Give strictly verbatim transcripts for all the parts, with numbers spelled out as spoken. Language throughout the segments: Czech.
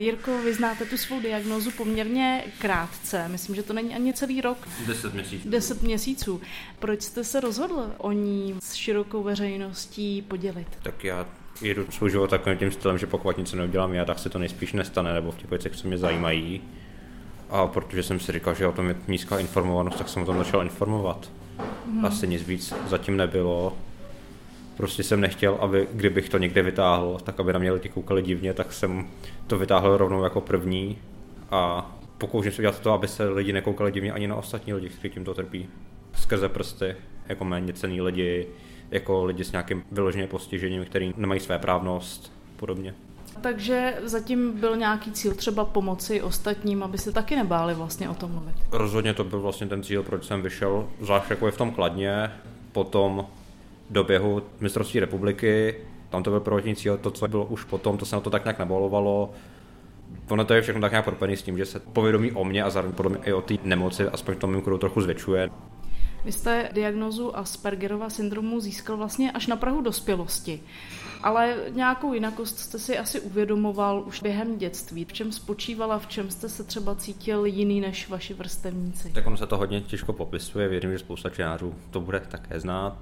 Jirko, vy znáte tu svou diagnózu poměrně krátce, myslím, že to není ani celý rok. Deset měsíců. Deset měsíců. Proč jste se rozhodl o ní s širokou veřejností podělit? Tak já jedu svůj život takovým tím stylem, že pokud něco neudělám já, tak se to nejspíš nestane, nebo v těch věcech, co mě zajímají. A protože jsem si říkal, že o tom je nízká informovanost, tak jsem o tom začal informovat. Hmm. Asi nic víc zatím nebylo. Prostě jsem nechtěl, aby kdybych to někde vytáhl, tak aby na mě lidi koukali divně, tak jsem to vytáhl rovnou jako první. A pokouším se udělat to, aby se lidi nekoukali divně ani na ostatní lidi, kteří tím to trpí. Skrze prsty, jako méně cenní lidi, jako lidi s nějakým vyloženě postižením, který nemají své právnost, podobně. Takže zatím byl nějaký cíl třeba pomoci ostatním, aby se taky nebáli vlastně o tom mluvit? Rozhodně to byl vlastně ten cíl, proč jsem vyšel, zvlášť jako je v tom Kladně, potom do běhu mistrovství republiky, tam to byl prvotní cíl, to, co bylo už potom, to se na to tak nějak nabalovalo. Ono to je všechno tak nějak propojené s tím, že se povědomí o mě a zároveň podle mě i o té nemoci, aspoň v tom mým kruhu trochu zvětšuje. Vy jste diagnózu Aspergerova syndromu získal vlastně až na prahu dospělosti, ale nějakou jinakost jste si asi uvědomoval už během dětství. V čem spočívala, v čem jste se třeba cítil jiný než vaši vrstevníci? Tak ono se to hodně těžko popisuje, věřím, že spousta čtenářů to bude také znát,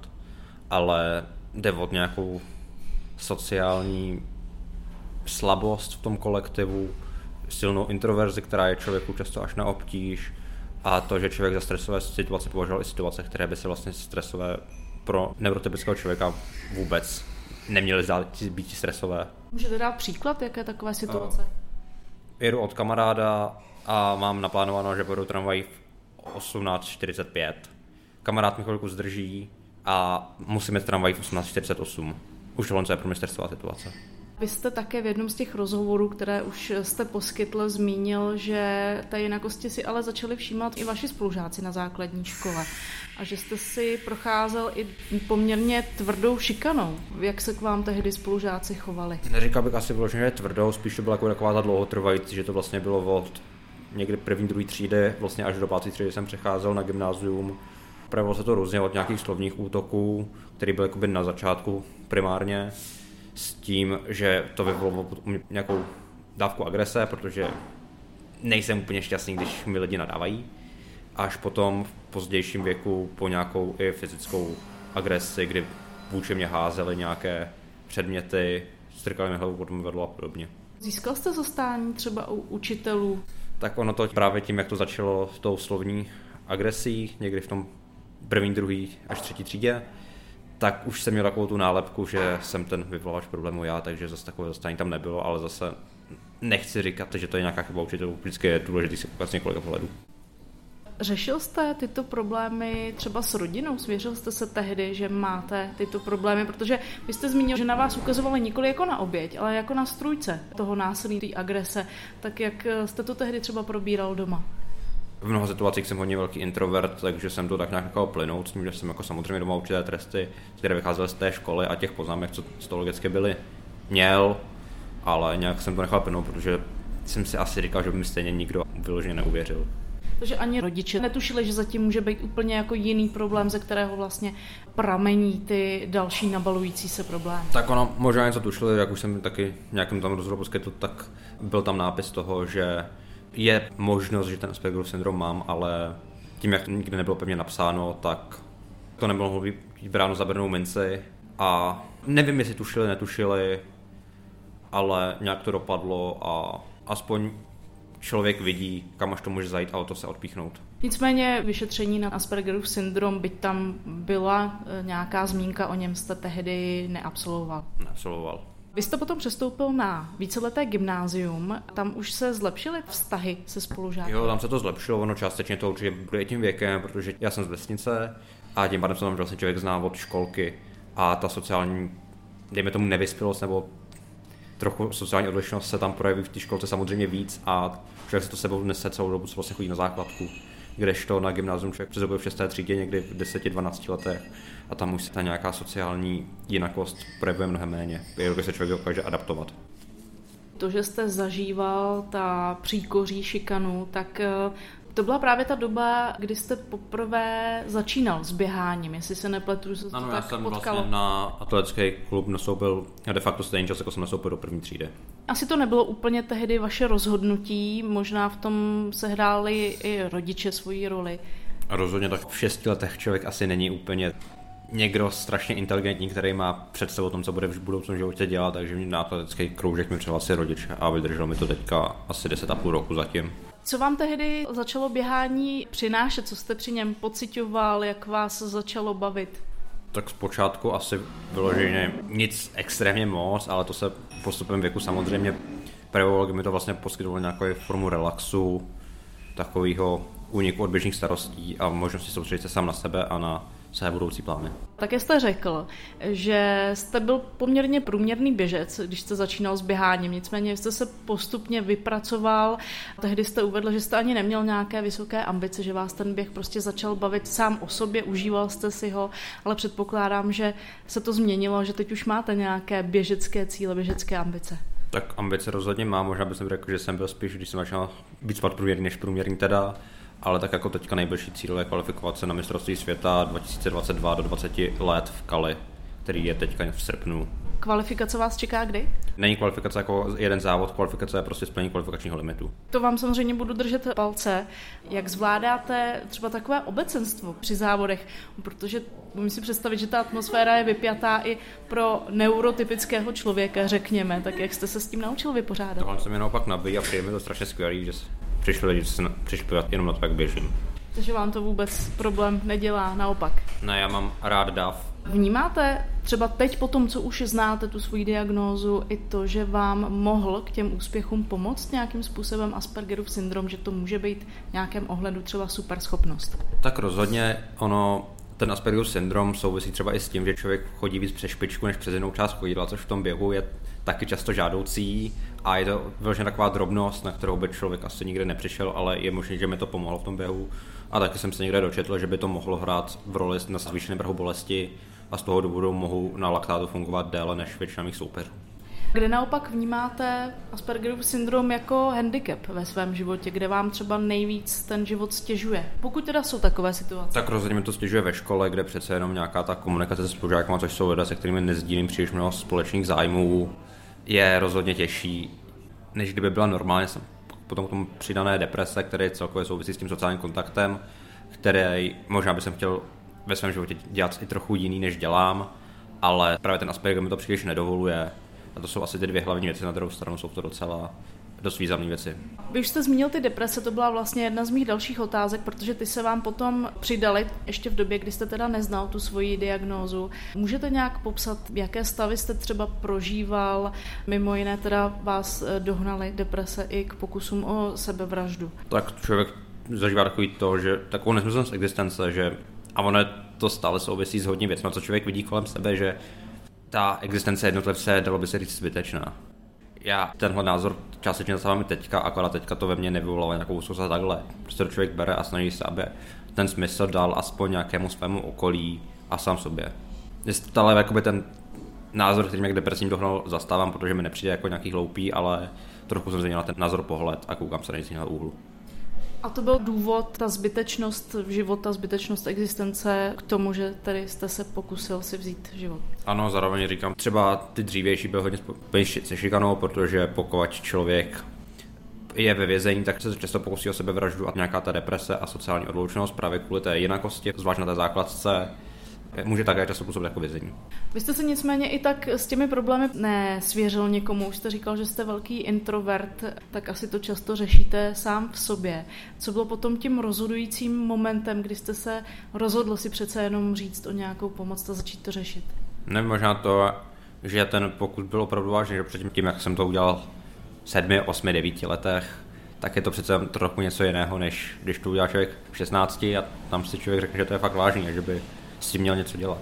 ale jde o nějakou sociální slabost v tom kolektivu, silnou introverzi, která je člověku často až na obtíž, a to, že člověk za stresové situace považoval i situace, které by se vlastně stresové pro neurotypického člověka vůbec neměly zdát být stresové. Můžete dát příklad, jaké takové situace? Jedu od kamaráda a mám naplánováno, že pojedu tramvají v osmnáct čtyřicet pět. Kamarád mi chvilku zdrží a musím jít tramvají v osmnáct čtyřicet osm. Už tohle je pro mě stresová situace. Vy jste také v jednom z těch rozhovorů, které už jste poskytl, zmínil, že té jinakosti si ale začali všímat i vaši spolužáci na základní škole a že jste si procházel i poměrně tvrdou šikanou. Jak se k vám tehdy spolužáci chovali? Neříkal bych asi vyloženě, že tvrdou, spíš to byla jako taková ta dlouhotrvající, že to vlastně bylo od někdy první, druhý třídy, vlastně až do páté třídy jsem přecházel na gymnázium. Projevilo se to různě od nějakých slovních útoků, který byl jakoby na začátku primárně, s tím, že to vyvolalo nějakou dávku agrese, protože nejsem úplně šťastný, když mi lidi nadávají. Až potom v pozdějším věku po nějakou i fyzickou agresi, kdy vůči mě házeli nějaké předměty, strkali mi hlavu, potom vedlo a podobně. Získal jste zastání třeba u učitelů? Tak ono to právě tím, jak to začalo s tou slovní agresí, někdy v tom první, druhý až třetí třídě, tak už jsem měl takovou tu nálepku, že jsem ten vyvolavač problému já, takže zase takové zastání tam nebylo, ale zase nechci říkat, že to je nějaká chyba učitelů, vždycky je důležitý si koukat z několika pohledů. Řešil jste tyto problémy třeba s rodinou? Svěřil jste se tehdy, že máte tyto problémy? Protože vy jste zmínil, že na vás ukazovali nikoli jako na oběť, ale jako na strůjce toho násilí, té agrese. Tak jak jste to tehdy třeba probíral doma? V mnoha situacích jsem hodně velký introvert, takže jsem to tak nějak nechal plynout s tím, že jsem jako samozřejmě doma určité tresty, které vycházely z té školy a těch poznámek, co z toho logicky byly, měl, ale nějak jsem to nechal plynout, protože jsem si asi říkal, že by mi stejně nikdo vyloženě neuvěřil. Takže ani rodiče netušili, že zatím může být úplně jako jiný problém, ze kterého vlastně pramení ty další nabalující se problémy. Tak ono možná něco tušili, jak už jsem taky nějakým tam rozhovoru poskytl, tak byl tam nápis toho, že je možnost, že ten Aspergerův syndrom mám, ale tím, jak to nikdy nebylo pevně napsáno, tak to nemohlo být bráno za bernou minci a nevím, jestli tušili, netušili, ale nějak to dopadlo a aspoň člověk vidí, kam až to může zajít a o to se odpíchnout. Nicméně vyšetření na Aspergerův syndrom, byť tam byla nějaká zmínka o něm, jste tehdy neabsolvoval. Neabsolvoval. Vy jste potom přestoupil na víceleté gymnázium, tam už se zlepšily vztahy se spolužáky? Jo, tam se to zlepšilo, ono částečně to určitě bude i tím věkem, protože já jsem z vesnice a tím pádem se tam vlastně člověk zná od školky a ta sociální, dejme tomu nevyspělost nebo trochu sociální odlišnost se tam projeví v té školce samozřejmě víc a člověk se to sebou nese celou dobu, co vlastně chodí na základku. Kdežto na gymnázium člověk přestoupil v šesté třídě někdy v deseti dvanácti letech a tam už se ta nějaká sociální jinakost projevuje mnohem méně, když se člověk dokáže adaptovat. To, že jste zažíval ta příkoří, šikanu, tak To byla právě ta doba, kdy jste poprvé začínal s běháním, jestli se nepletu, že se to ano, tak já jsem potkalo. vlastně na atletický klub nastoupil de facto stejný čas, jako jsem nastoupil do první třídy. Asi to nebylo úplně tehdy vaše rozhodnutí, možná v tom sehráli i rodiče svoji roli. A rozhodně tak v šesti letech člověk asi není úplně někdo strašně inteligentní, který má představu o tom, co bude v budoucím životě dělat, takže na atletický kroužek mi přihlásil rodiče a vydrželo mi to teďka asi deset a půl roku zatím. Co vám tehdy začalo běhání přinášet? Co jste při něm pociťoval? Jak vás začalo bavit? Tak zpočátku asi vyloženě nic extrémně moc, ale to se postupem věku samozřejmě projevovalo, kdy mi to vlastně poskytovalo nějakou formu relaxu, takového úniku od běžných starostí a možnosti soustředit se sám na sebe a na své budoucí plány. Také jste řekl, že jste byl poměrně průměrný běžec, když jste začínal s běháním, nicméně jste se postupně vypracoval. Tehdy jste uvedl, že jste ani neměl nějaké vysoké ambice, že vás ten běh prostě začal bavit sám o sobě, užíval jste si ho, ale předpokládám, že se to změnilo, že teď už máte nějaké běžecké cíle, běžecké ambice. Tak ambice rozhodně mám, možná bych řekl, že jsem byl spíš, když jsem začal být spát průměrný než průměrný teda, ale tak jako teďka nejbližší cíl je kvalifikovat se na mistrovství světa dva tisíce dvacet dva do dvacet let v Cali, který je teďka v srpnu. Kvalifikace vás čeká kdy? Není kvalifikace jako jeden závod, kvalifikace je prostě splnění kvalifikačního limitu. To vám samozřejmě budu držet palce. Jak zvládáte třeba takové obecenstvo při závodech? Protože můžu si představit, že ta atmosféra je vypjatá i pro neurotypického člověka, řekněme. Tak jak jste se s tím naučil vypořádat? Tohle se mi naopak nabíjí a přijde mi to strašně skvělý, že přišli lidi, že se přišli jenom na to, jak běžím. Takže vám to vůbec problém nedělá, naopak? Ne, já mám rád dav. Vnímáte třeba teď po tom, co už znáte tu svoji diagnózu, i to, že vám mohl k těm úspěchům pomoct nějakým způsobem Aspergerův syndrom, že to může být v nějakém ohledu třeba superschopnost? Tak rozhodně ono, ten Aspergerův syndrom souvisí třeba i s tím, že člověk chodí víc přes špičku než přes jinou část chodidla, což v tom běhu je taky často žádoucí a je to vlastně taková drobnost, na kterou by člověk asi nikdy nepřišel, ale je možné, že mi to pomohlo v tom běhu. A taky jsem se někde dočetl, že by to mohlo hrát v roli na zvýšeném prahu bolesti a z toho důvodu mohu na laktátu fungovat déle než většina mých soupeřů. Kde naopak vnímáte Aspergerův syndrom jako handicap ve svém životě, kde vám třeba nejvíc ten život stěžuje? Pokud teda jsou takové situace. Tak rozhodně mi to stěžuje ve škole, kde přece jenom nějaká ta komunikace se spolužákama, což jsou lidé, se kterými nezdílím příliš mnoho společných zájmů, je rozhodně těžší, než kdyby byla normálně. Potom k tomu přidané deprese, které celkově souvisí s tím sociálním kontaktem, který možná bych chtěl ve svém životě dělat i trochu jiný, než dělám, ale právě ten Asperger mi to příliš nedovoluje. A to jsou asi ty dvě hlavní věci, na druhou stranu jsou to docela dost významné věci. Vy už jste zmínil ty deprese, to byla vlastně jedna z mých dalších otázek, protože ty se vám potom přidaly ještě v době, kdy jste teda neznal tu svoji diagnózu. Můžete nějak popsat, jaké stavy jste třeba prožíval, mimo jiné teda vás dohnaly deprese i k pokusům o sebevraždu? Tak člověk zažívá takový to, že takovou nesmyslnost existence, že a ono to stále souvisí s hodně věcmi, co člověk vidí kolem sebe, že ta existence jednotlivce, dalo by se říct, zbytečná. Já tenhle názor částečně zastávám i teďka, akorát teďka to ve mně nevyvolalo nějakou úzkost takhle. Prostě to člověk bere a snaží se, aby ten smysl dal aspoň nějakému svému okolí a sám sobě. Je stále jakoby ten názor, který mě k depresím dohnal, zastávám, protože mi nepřijde jako nějaký hloupý, ale trochu jsem změnil ten názor pohled a koukám se na jiného úhlu. A to byl důvod, ta zbytečnost života, zbytečnost existence k tomu, že tady jste se pokusil si vzít život. Ano, zároveň říkám, třeba ty dřívější byl hodně spojený se šikanou, protože pokud člověk je ve vězení, tak se často pokusí o sebevraždu a nějaká ta deprese a sociální odloučenost právě kvůli té jinakosti, zvlášť na té základce, může také často působit jako vězení. Vy jste se nicméně i tak s těmi problémy nesvěřil někomu. Už jste říkal, že jste velký introvert, tak asi to často řešíte sám v sobě. Co bylo potom tím rozhodujícím momentem, kdy jste se rozhodl si přece jenom říct o nějakou pomoc a začít to řešit? Ne, možná to, že ten pokus byl opravdu vážný, že předtím tím, jak jsem to udělal v sedmi, osmi, devíti letech, tak je to přece trochu něco jiného, než když to udělá člověk v šestnácti a tam si člověk řekne, že to je fakt vážný a že by s tím měl něco dělat.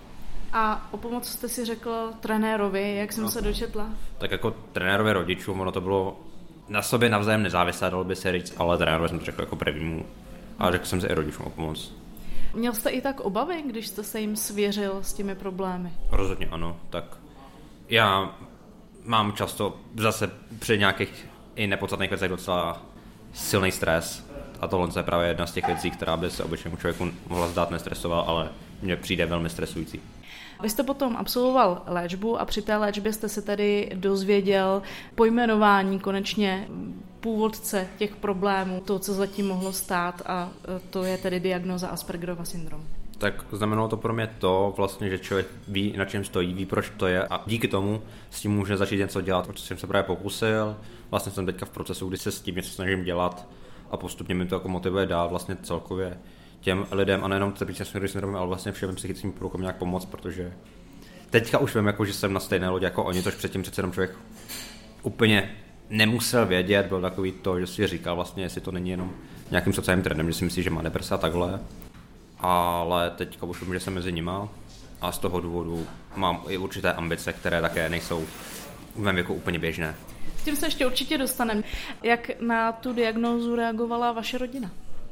A o pomoc jste si řekl trenérovi, jak jsem no, se dočetla? Tak jako trenérovi rodičům, ono to bylo na sobě navzájem nezávislé, dalo by se říct, ale trenérovi jsem to řekl jako prvnímu a řekl jsem si i rodičům o pomoc. Měl jste i tak obavy, když jste se jim svěřil s těmi problémy? Rozhodně ano, tak já mám často zase při nějakých i nepodstatných věcech docela silný stres, A tohle je právě jedna z těch věcí, která by se obyčejnému člověku mohla zdát nestresoval, ale mně přijde velmi stresující. Vy jste potom absolvoval léčbu a při té léčbě jste se tedy dozvěděl pojmenování konečně původce těch problémů, to, co zatím mohlo stát, a to je tedy diagnóza Aspergerova syndrom. Tak znamenalo to pro mě to, vlastně, že člověk ví, na čem stojí, ví, proč to je a díky tomu s tím může začít něco dělat, o co jsem se právě pokusil. Vlastně jsem teďka v procesu, kdy se s tím něco snažím dělat a postupně mi to jako motivuje dál vlastně celkově těm lidem a nejenom trpícím Aspergerovým syndromem, ale vlastně všem psychickým průkům nějak pomoct, protože teďka už vím, jako, že jsem na stejné lodi jako oni, což předtím přece jenom člověk úplně nemusel vědět, byl takový to, že si říkal vlastně, jestli to není jenom nějakým sociálním trendem, že si myslí, že má deprese a takhle. Ale teďka už vím, že jsem mezi nima a z toho důvodu mám i určité ambice, které také nejsou v mém věku úplně běžné. S tím se ještě určitě dostaneme. Jak na tu diagnózu reagovala vaše rodina?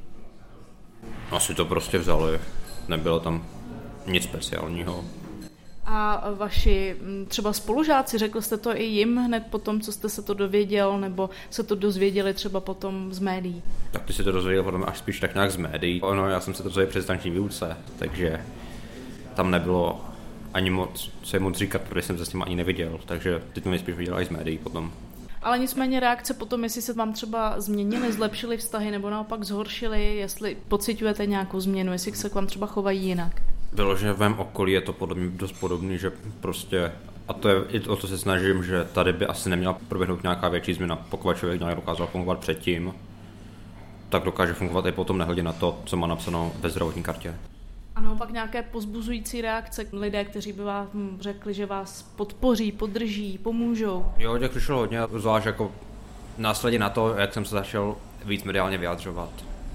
Asi to prostě vzali. Nebylo tam nic speciálního. A vaši třeba spolužáci, řekl jste to i jim hned po tom, co jste se to dověděl, nebo se to dozvěděli třeba potom z médií? Tak ty si to dozvěděl potom až spíš tak nějak z médií. Ono, já jsem se to dozvěděl při distanční výuce, takže tam nebylo ani moc, co je moc říkat, protože jsem se s tím ani neviděl, takže teď mě spíš viděl i z médií potom. Ale nicméně reakce potom, jestli se vám třeba změnily, zlepšily vztahy, nebo naopak zhoršily, jestli pociťujete nějakou změnu, jestli se k vám třeba chovají jinak? Bylo, že v mém okolí je to podobně, dost podobný, že prostě, a to je i o to se snažím, že tady by asi neměla proběhnout nějaká větší změna, pokud člověk nějak dokázal fungovat předtím, tak dokáže fungovat i potom, nehledě na to, co má napsáno ve zdravotní kartě. A naopak nějaké pozbuzující reakce, lidé, kteří by vám řekli, že vás podpoří, podrží, pomůžou? Jo, těch přišlo hodně, zvlášť jako následně na to, jak jsem se začal víc mediálně vyjadřovat.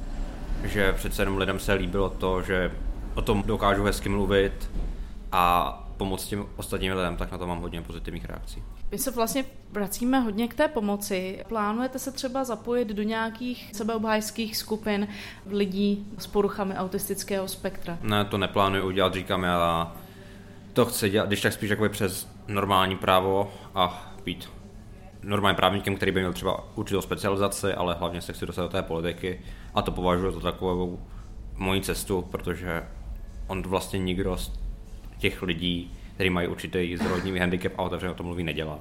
Že přece jenom lidem se líbilo to, že o tom dokážu hezky mluvit a pomoct těm ostatním lidem, tak na to mám hodně pozitivních reakcí. My se vlastně vracíme hodně k té pomoci. Plánujete se třeba zapojit do nějakých sebeobhájských skupin lidí s poruchami autistického spektra? Ne, to neplánuji udělat, říkám, já to chci dělat, když tak spíš jakoby přes normální právo a být normálním právníkem, který by měl třeba určitou specializaci, ale hlavně se chci dostat do té politiky a to považuji za takovou moji cestu, protože on vlastně nikdo z těch lidí, kteří mají určitý zdravotní handicap a otevřeně o tom mluví, nedělá.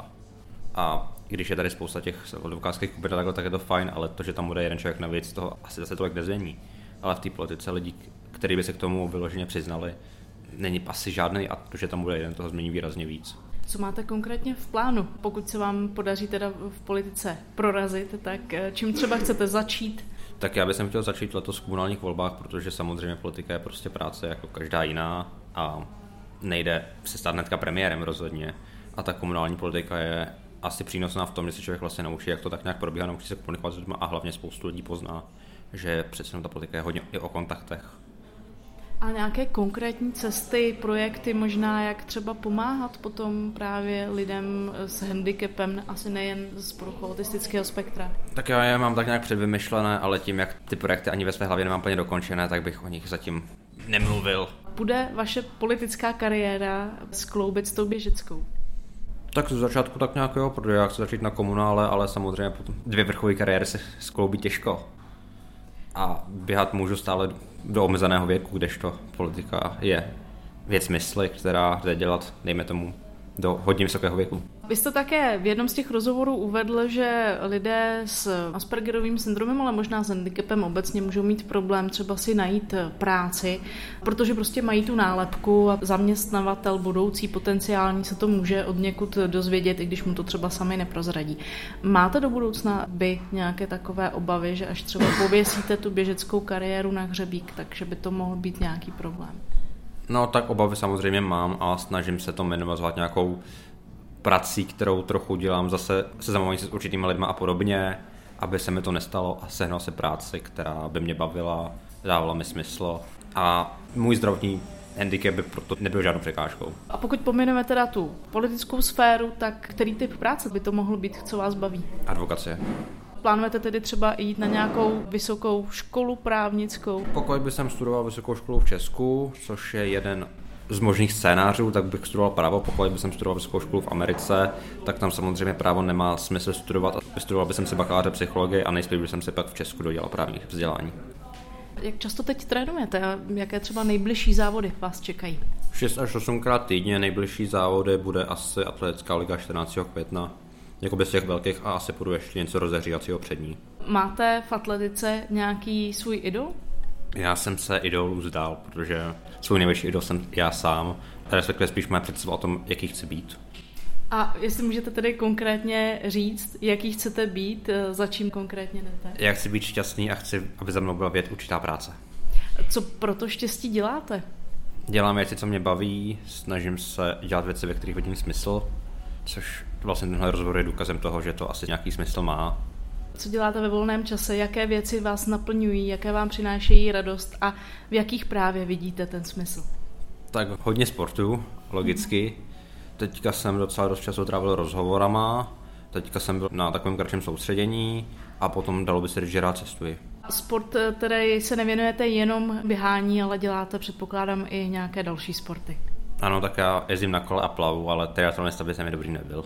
A když je tady spousta těch advokátských skupin, tak je to fajn, ale to, že tam bude jeden člověk navíc, toho asi zase tolik nezmění. Ale v té politice lidí, kteří by se k tomu vyloženě přiznali, není asi žádný a to, že tam bude jeden, toho změní výrazně víc. Co máte konkrétně v plánu? Pokud se vám podaří teda v politice prorazit, tak čím třeba chcete začít? Tak já bych chtěl začít letos v komunálních volbách, protože samozřejmě politika je prostě práce jako každá jiná a nejde se stát hnedka premiérem rozhodně. A ta komunální politika je asi přínosná v tom, že se člověk vlastně naučí, jak to tak nějak probíhá, naučí se komunikovat s lidmi a hlavně spoustu lidí pozná, že přece ta politika je hodně i o kontaktech. A nějaké konkrétní cesty, projekty možná, jak třeba pomáhat potom právě lidem s handicapem, asi nejen z poruchou autistického spektra? Tak já je mám tak nějak předvymyšlené, ale tím, jak ty projekty ani ve své hlavě nemám plně dokončené, tak bych o nich zatím nemluvil. Bude vaše politická kariéra skloubit s tou běžeckou? Tak z začátku tak nějak jo, protože já chci začít na komunále, ale samozřejmě potom dvě vrcholové kariéry se skloubí těžko. A běhat můžu stále do omezeného věku, kdežto politika je věc mysli, která jde dělat, dejme tomu, do hodně vysokého věku. Vy jste také v jednom z těch rozhovorů uvedl, že lidé s Aspergerovým syndromem, ale možná s handicapem obecně můžou mít problém třeba si najít práci, protože prostě mají tu nálepku a zaměstnavatel budoucí potenciální se to může od někud dozvědět, i když mu to třeba sami neprozradí. Máte do budoucna vy nějaké takové obavy, že až třeba pověsíte tu běžeckou kariéru na hřebík, takže by to mohl být nějaký problém? No tak obavy samozřejmě mám a snažím se to minimalizovat nějakou prací, kterou trochu dělám zase se zajímavým s určitými lidmi a podobně, aby se mi to nestalo a sehnal se práci, která by mě bavila, dávala mi smysl a můj zdravotní handicap by proto nebyl žádnou překážkou. A pokud pomineme teda tu politickou sféru, tak který typ práce by to mohl být, co vás baví? Advokacie. Plánujete tedy třeba jít na nějakou vysokou školu právnickou? Pokud bych jsem studoval vysokou školu v Česku, což je jeden z možných scénářů, tak bych studoval právo, pokud bych studoval vysokou školu v Americe, tak tam samozřejmě právo nemá smysl studovat. Studoval bych si bakaláře psychologie a nejspíš bych si pak v Česku dodělal právní vzdělání. Jak často teď trénujete a jaké třeba nejbližší závody vás čekají? šest až osmkrát týdně, nejbližší závody bude asi atletická liga čtrnáctého května. Jako bez těch velkých a asi půjdu ještě něco rozehřívacího před ní. Máte v atletice nějaký svůj idol? Já jsem se idolů vzdal, protože svůj největší idol jsem já sám, respektive spíš moje představa o tom, jaký chci být. A jestli můžete tedy konkrétně říct, jaký chcete být, za čím konkrétně jdete? Já chci být šťastný a chci, aby za mnou byla vědět určitá práce. Co pro to štěstí děláte? Dělám věci, co mě baví, snažím se dělat věci, ve kterých vidím smysl, což vlastně tenhle rozhovor je důkazem toho, že to asi nějaký smysl má. Co děláte ve volném čase? Jaké věci vás naplňují? Jaké vám přinášejí radost? A v jakých právě vidíte ten smysl? Tak hodně sportu, logicky. Teďka jsem docela dost času trávil rozhovorama, teďka jsem byl na takovém kratším soustředění a potom dalo by se říct, že rád cestuji. Sport, který se nevěnujete jenom běhání, ale děláte, předpokládám, i nějaké další sporty. Ano, tak já jezdím na kole a plavu, ale triatlonista by se mi dobrý nebyl.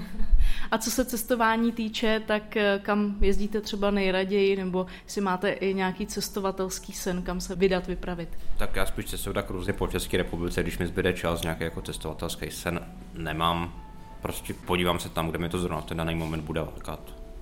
A co se cestování týče, tak kam jezdíte třeba nejraději, nebo si máte i nějaký cestovatelský sen, kam se vydat, vypravit? Tak já spíš cestuju tak různě po České republice, když mi zbyde čas, nějaký jako cestovatelský sen nemám. Prostě podívám se tam, kde mi to zrovna v ten daný moment bude lákat.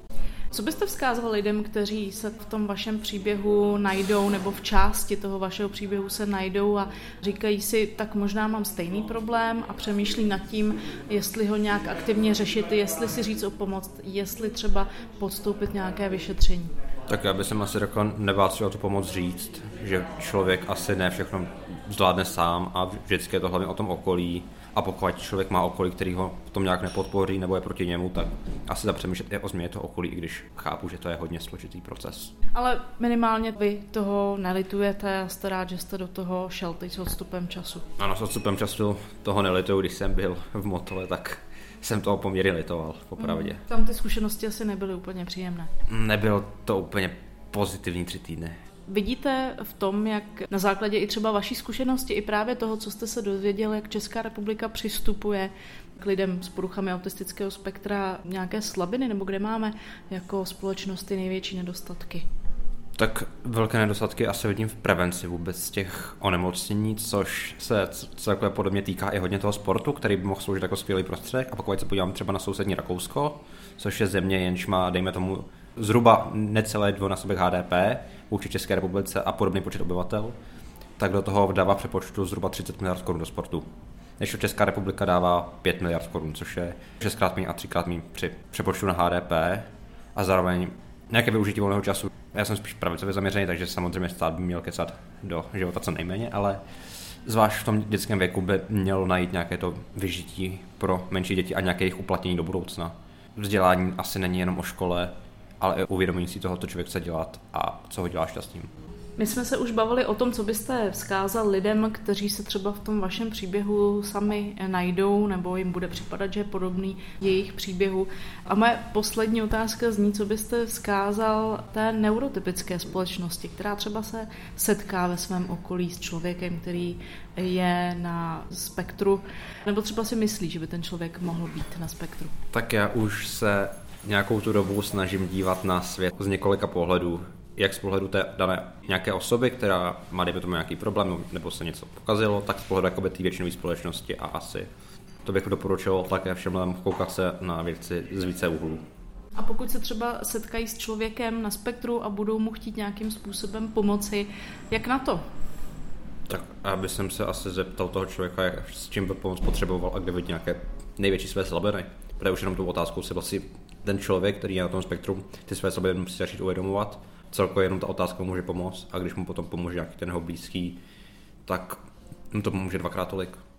Co byste vzkázal lidem, kteří se v tom vašem příběhu najdou, nebo v části toho vašeho příběhu se najdou a říkají si, tak možná mám stejný problém a přemýšlí nad tím, jestli ho nějak aktivně řešit, jestli si říct o pomoc, jestli třeba podstoupit nějaké vyšetření? Tak já bych se asi řekl, nebát si o tu pomoc říct, že člověk asi ne všechno zvládne sám a vždycky je to hlavně o tom okolí. A pokud člověk má okolí, který ho v tom nějak nepodpoří nebo je proti němu, tak asi zapřemýšlet je o změně toho okolí, i když chápu, že to je hodně složitý proces. Ale minimálně vy toho nelitujete a jste rád, že jste do toho šel teď s odstupem času. Ano, s odstupem času toho nelituju, když jsem byl v Motole, tak jsem toho poměrně litoval, popravdě. Mm, tam ty zkušenosti asi nebyly úplně příjemné. Nebylo to úplně pozitivní tři týdny. Vidíte v tom, jak na základě i třeba vaší zkušenosti, i právě toho, co jste se dozvěděli, jak Česká republika přistupuje k lidem s poruchami autistického spektra, nějaké slabiny, nebo kde máme jako společnost ty největší nedostatky? Tak velké nedostatky asi vidím v prevenci vůbec těch onemocnění, což se celkově podobně týká i hodně toho sportu, který by mohl sloužit jako skvělý prostředek. A pokud se podívám třeba na sousední Rakousko, což je země, jenž má, dejme tomu, zhruba necelé dvojnásobek H D P vůči České republice a podobný počet obyvatel, tak do toho dává přepočtu zhruba třicet miliard korun do sportu. Než Česká republika dává pět miliard korun, což je šestkrát méně a třikrát méně při přepočtu na H D P a zároveň nějaké využití volného času. Já jsem spíš pravicově zaměřený, takže samozřejmě stát by měl kecat do života co nejméně, ale zvlášť v tom dětském věku by mělo najít nějaké to vyžití pro menší děti a nějaké jejich uplatnění do budoucna. Vzdělání asi není jenom o škole, ale i uvědomění si toho, co člověk chce dělat a co ho dělá šťastným. My jsme se už bavili o tom, co byste vzkázal lidem, kteří se třeba v tom vašem příběhu sami najdou, nebo jim bude připadat, že je podobný jejich příběhu. A moje poslední otázka zní, co byste vzkázal té neurotypické společnosti, která třeba se setká ve svém okolí s člověkem, který je na spektru, nebo třeba si myslí, že by ten člověk mohl být na spektru. Tak já už se nějakou tu dobu snažím dívat na svět z několika pohledů. Jak z pohledu té dané nějaké osoby, která má dejme tomu nějaký problém nebo se něco pokazilo, tak z pohledu jakoby té většinové společnosti a asi to bych doporučil také všem lidem koukat se na věci z více úhlů. A pokud se třeba setkají s člověkem na spektru a budou mu chtít nějakým způsobem pomoci, jak na to? Tak já bych se asi zeptal toho člověka, jak, s čím by pomoc potřeboval a kde vidí nějaké největší své slabiny. Protože už jenom tu otázkou si vlastně ten člověk, který je na tom spektru, ty své slabiny musí začít uvědomovat. Celkově jenom ta otázka může pomoct a když mu potom pomůže nějaký ten jeho blízký, tak mu to pomůže dvakrát tolik.